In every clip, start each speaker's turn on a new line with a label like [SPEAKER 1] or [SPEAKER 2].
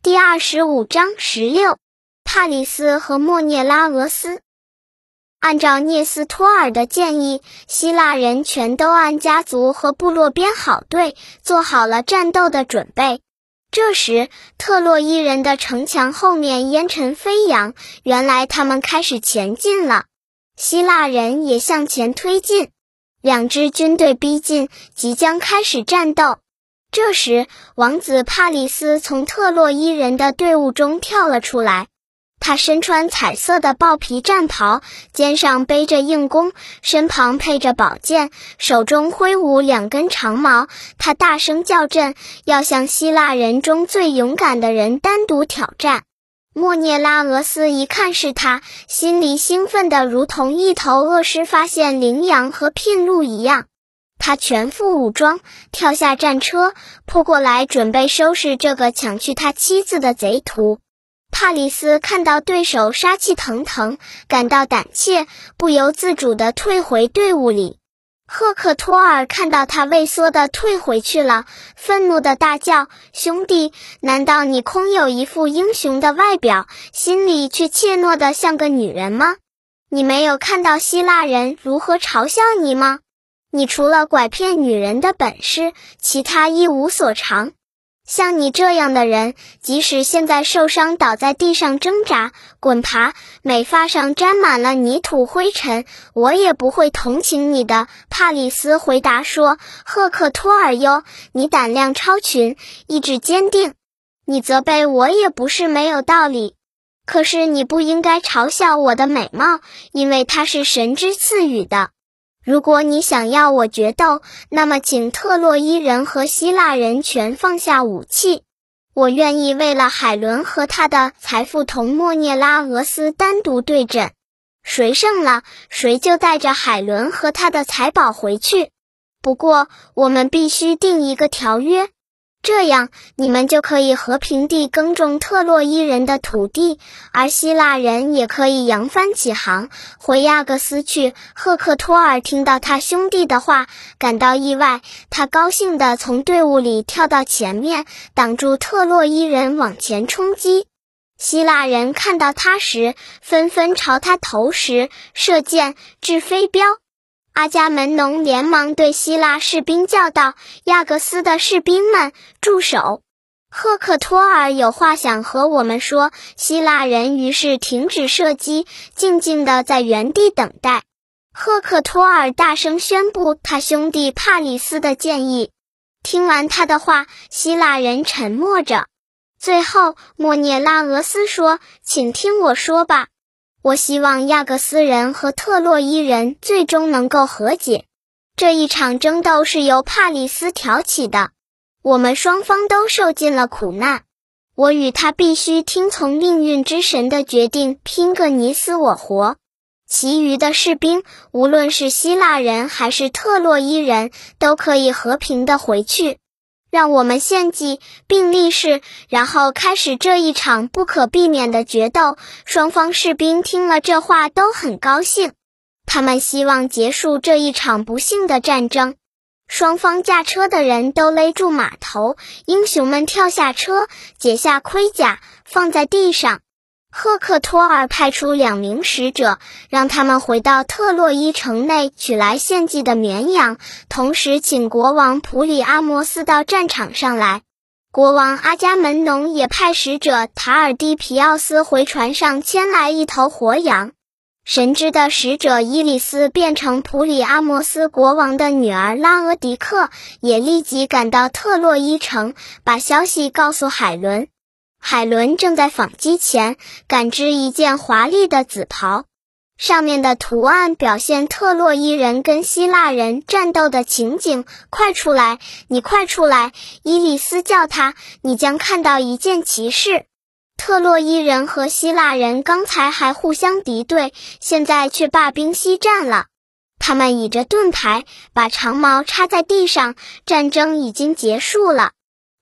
[SPEAKER 1] 第25章16，帕里斯和莫涅拉俄斯。按照涅斯托尔的建议，希腊人全都按家族和部落编好队，做好了战斗的准备。这时，特洛伊人的城墙后面烟尘飞扬，原来他们开始前进了。希腊人也向前推进，两支军队逼近，即将开始战斗。这时，王子帕里斯从特洛伊人的队伍中跳了出来。他身穿彩色的豹皮战袍，肩上背着硬弓，身旁配着宝剑，手中挥舞两根长矛。他大声叫阵，要向希腊人中最勇敢的人单独挑战。莫涅拉俄斯一看是他，心里兴奋得如同一头恶狮发现羚羊和牝鹿一样。他全副武装，跳下战车，扑过来准备收拾这个抢去他妻子的贼徒。帕里斯看到对手杀气腾腾，感到胆怯，不由自主地退回队伍里。赫克托尔看到他畏缩地退回去了，愤怒地大叫：兄弟，难道你空有一副英雄的外表，心里却怯懦得像个女人吗？你没有看到希腊人如何嘲笑你吗？你除了拐骗女人的本事，其他一无所长。像你这样的人，即使现在受伤倒在地上挣扎、滚爬，美发上沾满了泥土灰尘，我也不会同情你的。帕里斯回答说：赫克托尔哟，你胆量超群，意志坚定，你责备我也不是没有道理。可是你不应该嘲笑我的美貌，因为它是神之赐予的。如果你想要我决斗，那么请特洛伊人和希腊人全放下武器。我愿意为了海伦和他的财富同莫涅拉俄斯单独对阵，谁胜了，谁就带着海伦和他的财宝回去。不过，我们必须定一个条约，这样你们就可以和平地耕种特洛伊人的土地，而希腊人也可以扬帆起航，回亚各斯去。赫克托尔听到他兄弟的话，感到意外，他高兴地从队伍里跳到前面，挡住特洛伊人往前冲击。希腊人看到他时，纷纷朝他投石、射箭、掷飞镖。阿伽门农连忙对希腊士兵叫道：亚各斯的士兵们，住手！赫克托尔有话想和我们说。希腊人于是停止射击，静静地在原地等待。赫克托尔大声宣布他兄弟帕里斯的建议。听完他的话，希腊人沉默着。最后，莫涅拉俄斯说：请听我说吧。我希望亚各斯人和特洛伊人最终能够和解。这一场争斗是由帕里斯挑起的，我们双方都受尽了苦难。我与他必须听从命运之神的决定，拼个你死我活。其余的士兵，无论是希腊人还是特洛伊人，都可以和平地回去。让我们献祭并立誓，然后开始这一场不可避免的决斗。双方士兵听了这话都很高兴，他们希望结束这一场不幸的战争。双方驾车的人都勒住马头，英雄们跳下车，解下盔甲，放在地上。赫克托尔派出2名使者，让他们回到特洛伊城内取来献祭的绵羊，同时请国王普里阿摩斯到战场上来。国王阿伽门农也派使者塔尔蒂皮奥斯回船上牵来一头活羊。神之的使者伊里斯变成普里阿摩斯国王的女儿拉俄迪克，也立即赶到特洛伊城，把消息告诉海伦。海伦正在纺机前感知一件华丽的紫袍，上面的图案表现特洛伊人跟希腊人战斗的情景。快出来，你快出来！伊里斯叫他，你将看到一件奇事。特洛伊人和希腊人刚才还互相敌对，现在却罢兵息战了。他们倚着盾牌，把长矛插在地上，战争已经结束了。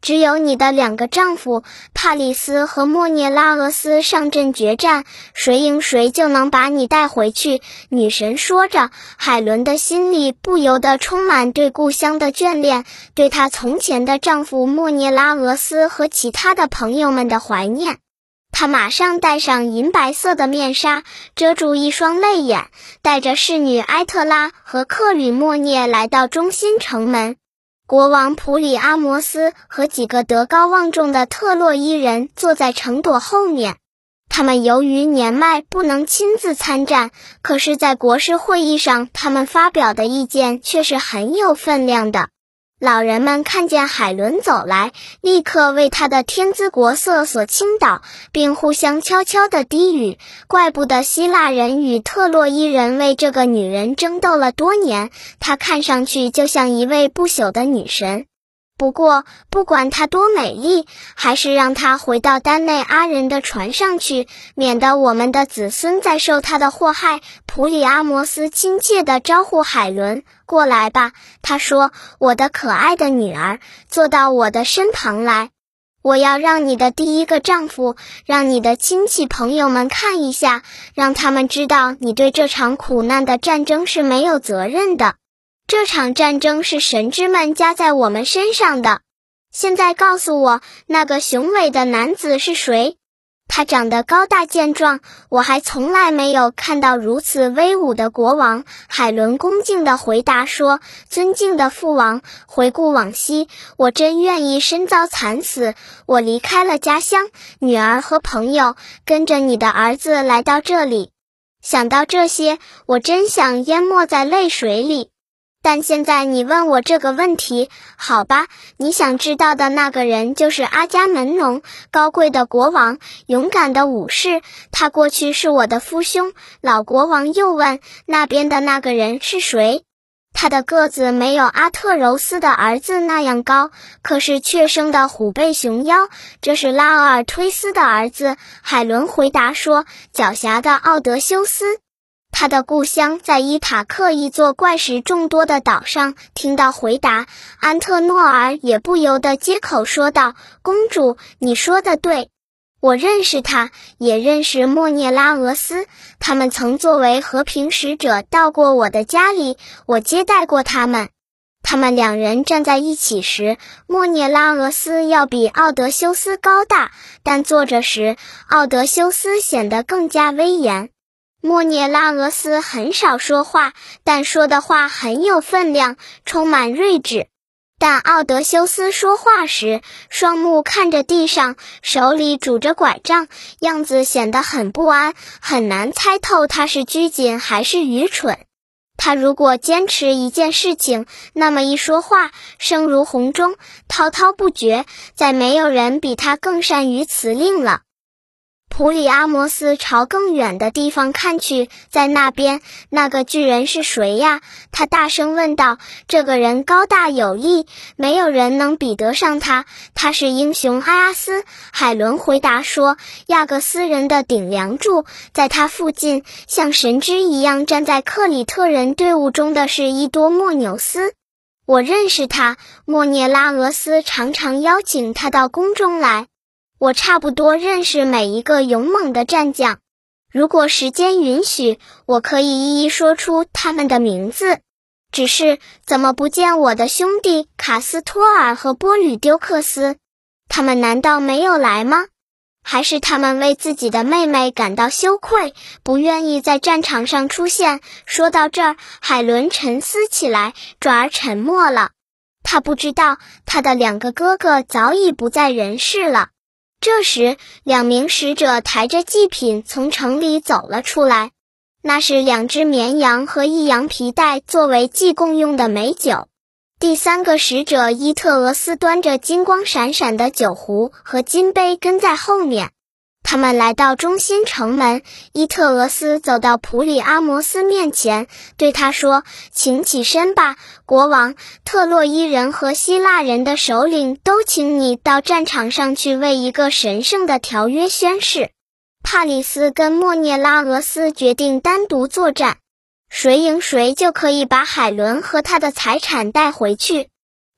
[SPEAKER 1] 只有你的2个丈夫帕里斯和莫涅拉俄斯上阵决战，谁赢谁就能把你带回去。女神说着，海伦的心里不由得充满对故乡的眷恋，对她从前的丈夫莫涅拉俄斯和其他的朋友们的怀念。她马上戴上银白色的面纱，遮住一双泪眼，带着侍女埃特拉和克吕莫涅来到中心城门。国王普里阿摩斯和几个德高望重的特洛伊人坐在城垛后面。他们由于年迈不能亲自参战，可是在国事会议上他们发表的意见却是很有分量的。老人们看见海伦走来，立刻为她的天姿国色所倾倒，并互相悄悄地低语，怪不得希腊人与特洛伊人为这个女人争斗了多年，她看上去就像一位不朽的女神。不过，不管她多美丽，还是让她回到丹内阿人的船上去，免得我们的子孙再受她的祸害。普里阿摩斯亲切地招呼海伦，过来吧，他说，我的可爱的女儿，坐到我的身旁来。我要让你的第一个丈夫，让你的亲戚朋友们看一下，让他们知道你对这场苦难的战争是没有责任的。这场战争是神之们加在我们身上的。现在告诉我，那个雄伟的男子是谁？他长得高大健壮，我还从来没有看到如此威武的国王。海伦恭敬地回答说，尊敬的父王，回顾往昔，我真愿意身遭惨死。我离开了家乡、女儿和朋友，跟着你的儿子来到这里。想到这些，我真想淹没在泪水里。但现在你问我这个问题，好吧，你想知道的那个人就是阿伽门农，高贵的国王，勇敢的武士，他过去是我的父兄。老国王又问，那边的那个人是谁？他的个子没有阿特柔斯的儿子那样高，可是却生的虎背熊腰，这是拉俄尔忒斯的儿子。海伦回答说，狡黠的奥德修斯。他的故乡在伊塔克一座怪石众多的岛上。听到回答，安特诺尔也不由得接口说道，公主，你说的对，我认识他，也认识莫涅拉俄斯，他们曾作为和平使者到过我的家里，我接待过他们。他们2人站在一起时，莫涅拉俄斯要比奥德修斯高大，但坐着时，奥德修斯显得更加威严。莫涅拉俄斯很少说话，但说的话很有分量，充满睿智。但奥德修斯说话时，双目看着地上，手里拄着拐杖，样子显得很不安，很难猜透他是拘谨还是愚蠢。他如果坚持一件事情，那么一说话，声如洪钟，滔滔不绝，再没有人比他更善于辞令了。普里阿摩斯朝更远的地方看去，在那边，那个巨人是谁呀？他大声问道。这个人高大有力，没有人能比得上他，他是英雄阿亚斯。海伦回答说，亚各斯人的顶梁柱，在他附近，像神之一样站在克里特人队伍中的是伊多莫纽斯。我认识他，莫涅拉俄斯常常邀请他到宫中来。我差不多认识每一个勇猛的战将，如果时间允许，我可以一一说出他们的名字。只是怎么不见我的兄弟卡斯托尔和波吕丢克斯？他们难道没有来吗？还是他们为自己的妹妹感到羞愧，不愿意在战场上出现？说到这儿，海伦沉思起来，转而沉默了。他不知道他的2个哥哥早已不在人世了。这时，2名使者抬着祭品从城里走了出来，那是2只绵羊和1羊皮带作为祭供用的美酒。第3个使者伊特俄斯端着金光闪闪的酒壶和金杯跟在后面。他们来到中心城门，伊特俄斯走到普里阿摩斯面前，对他说，请起身吧，国王，特洛伊人和希腊人的首领都请你到战场上去为一个神圣的条约宣誓。帕里斯跟莫涅拉俄斯决定单独作战，谁赢谁就可以把海伦和他的财产带回去。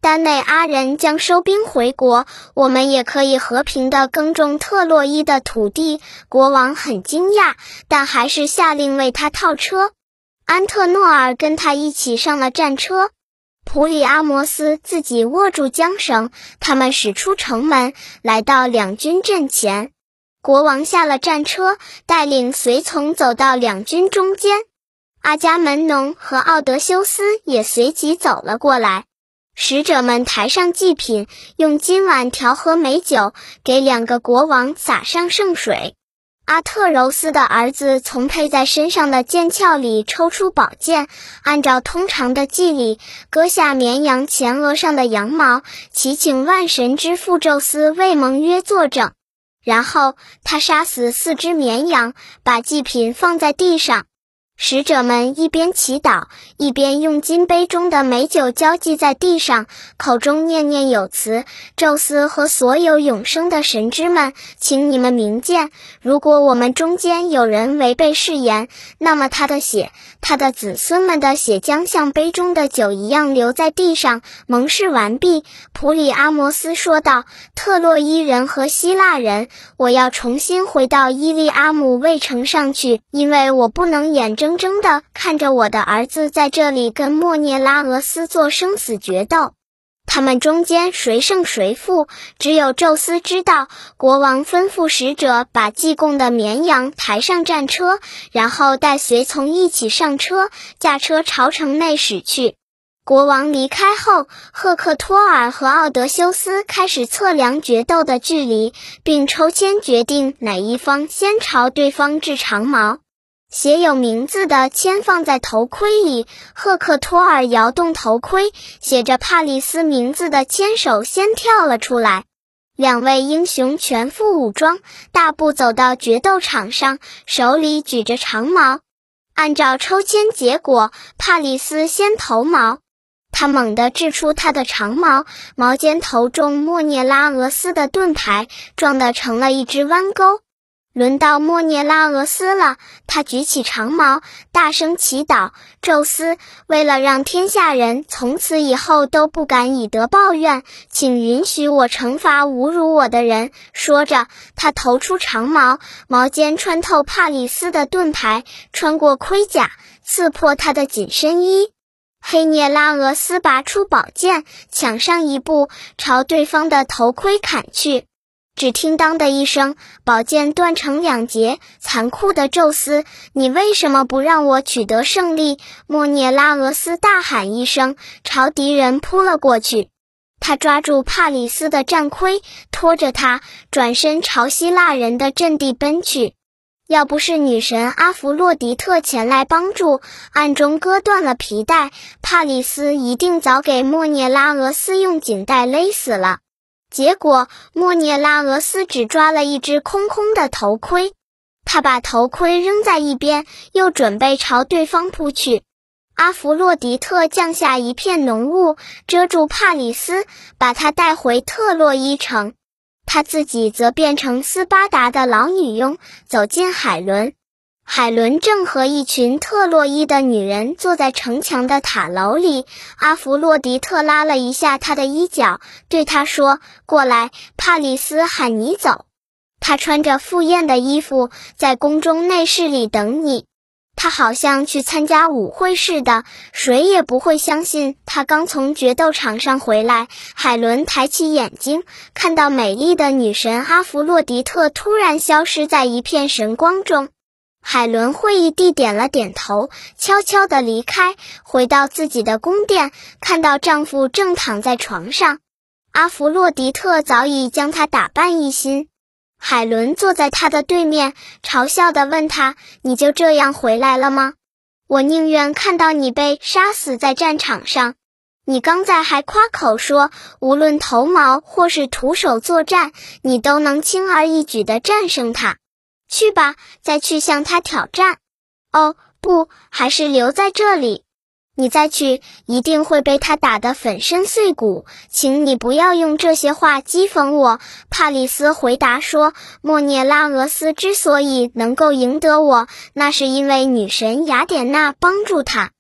[SPEAKER 1] 丹内阿人将收兵回国，我们也可以和平地耕种特洛伊的土地。国王很惊讶，但还是下令为他套车。安特诺尔跟他一起上了战车，普里阿摩斯自己握住缰绳，他们驶出城门，来到两军阵前。国王下了战车，带领随从走到两军中间。阿伽门农和奥德修斯也随即走了过来。使者们抬上祭品，用金碗调和美酒，给两个国王洒上圣水。阿特柔斯的儿子从佩在身上的剑鞘里抽出宝剑，按照通常的祭礼，割下绵羊前额上的羊毛，祈请万神之父宙斯为盟约作证。然后他杀死4只绵羊，把祭品放在地上。使者们一边祈祷，一边用金杯中的美酒浇祭在地上，口中念念有词：宙斯和所有永生的神之们，请你们明鉴，如果我们中间有人违背誓言，那么他的血，他的子孙们的血将像杯中的酒一样流在地上。盟誓完毕，普里阿摩斯说道：特洛伊人和希腊人，我要重新回到伊利阿姆卫城上去，因为我不能眼睁睁地看着我的儿子在这里跟莫涅拉俄斯做生死决斗。他们中间谁胜谁负，只有宙斯知道。国王吩咐使者把祭供的绵羊抬上战车，然后带随从一起上车，驾车朝城内驶去。国王离开后，赫克托尔和奥德修斯开始测量决斗的距离，并抽签决定哪一方先朝对方掷长矛。写有名字的签放在头盔里，赫克托尔摇动头盔，写着帕里斯名字的签手先跳了出来。两位英雄全副武装，大步走到决斗场上，手里举着长矛。按照抽签结果，帕里斯先投矛，他猛地掷出他的长矛，矛尖头中莫涅拉俄斯的盾牌，撞得成了一只弯钩。轮到莫涅拉俄斯了，他举起长矛，大声祈祷：宙斯，为了让天下人从此以后都不敢以德报怨，请允许我惩罚侮辱我的人。说着，他投出长矛，矛尖穿透帕里斯的盾牌，穿过盔甲，刺破他的紧身衣。黑涅拉俄斯拔出宝剑，抢上一步，朝对方的头盔砍去。只听当的一声，宝剑断成两截。残酷的宙斯，你为什么不让我取得胜利？莫涅拉俄斯大喊一声，朝敌人扑了过去。他抓住帕里斯的战盔，拖着他转身朝希腊人的阵地奔去。要不是女神阿弗洛狄特前来帮助，暗中割断了皮带，帕里斯一定早给莫涅拉俄斯用颈带勒死了。结果莫涅拉俄斯只抓了一只空空的头盔，他把头盔扔在一边，又准备朝对方扑去。阿弗洛狄特降下一片浓雾，遮住帕里斯，把他带回特洛伊城。他自己则变成斯巴达的老女佣，走进海伦。海伦正和一群特洛伊的女人坐在城墙的塔楼里。阿弗洛狄特拉了一下她的衣角，对她说：过来，帕里斯喊你走。她穿着赴宴的衣服，在宫中内室里等你。她好像去参加舞会似的，谁也不会相信她刚从决斗场上回来。海伦抬起眼睛，看到美丽的女神阿弗洛狄特突然消失在一片神光中。海伦会意地点了点头，悄悄地离开，回到自己的宫殿，看到丈夫正躺在床上。阿弗洛狄特早已将他打扮一新。海伦坐在他的对面，嘲笑地问他：你就这样回来了吗？我宁愿看到你被杀死在战场上。你刚才还夸口说，无论头矛或是徒手作战，你都能轻而易举地战胜他。去吧，再去向他挑战。哦，不，还是留在这里。你再去，一定会被他打得粉身碎骨。请你不要用这些话讥讽我。帕里斯回答说，莫涅拉俄斯之所以能够赢得我，那是因为女神雅典娜帮助他。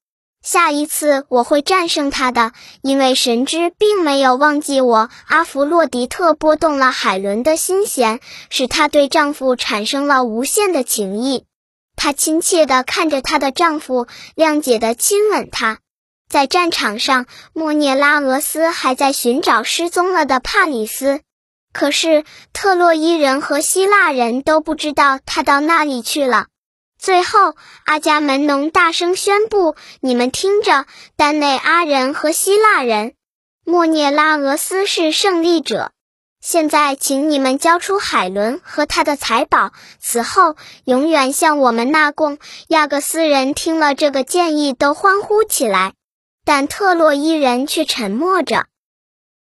[SPEAKER 1] 下一次我会战胜他的，因为神之并没有忘记我。阿弗洛狄特拨动了海伦的心弦，使她对丈夫产生了无限的情意。她亲切地看着她的丈夫，谅解地亲吻他。在战场上，莫涅拉俄斯还在寻找失踪了的帕里斯，可是特洛伊人和希腊人都不知道他到哪里去了。最后，阿伽门农大声宣布：“你们听着，丹内阿人和希腊人，莫涅拉俄斯是胜利者。现在，请你们交出海伦和他的财宝，此后永远向我们纳贡。”亚各斯人听了这个建议，都欢呼起来，但特洛伊人却沉默着。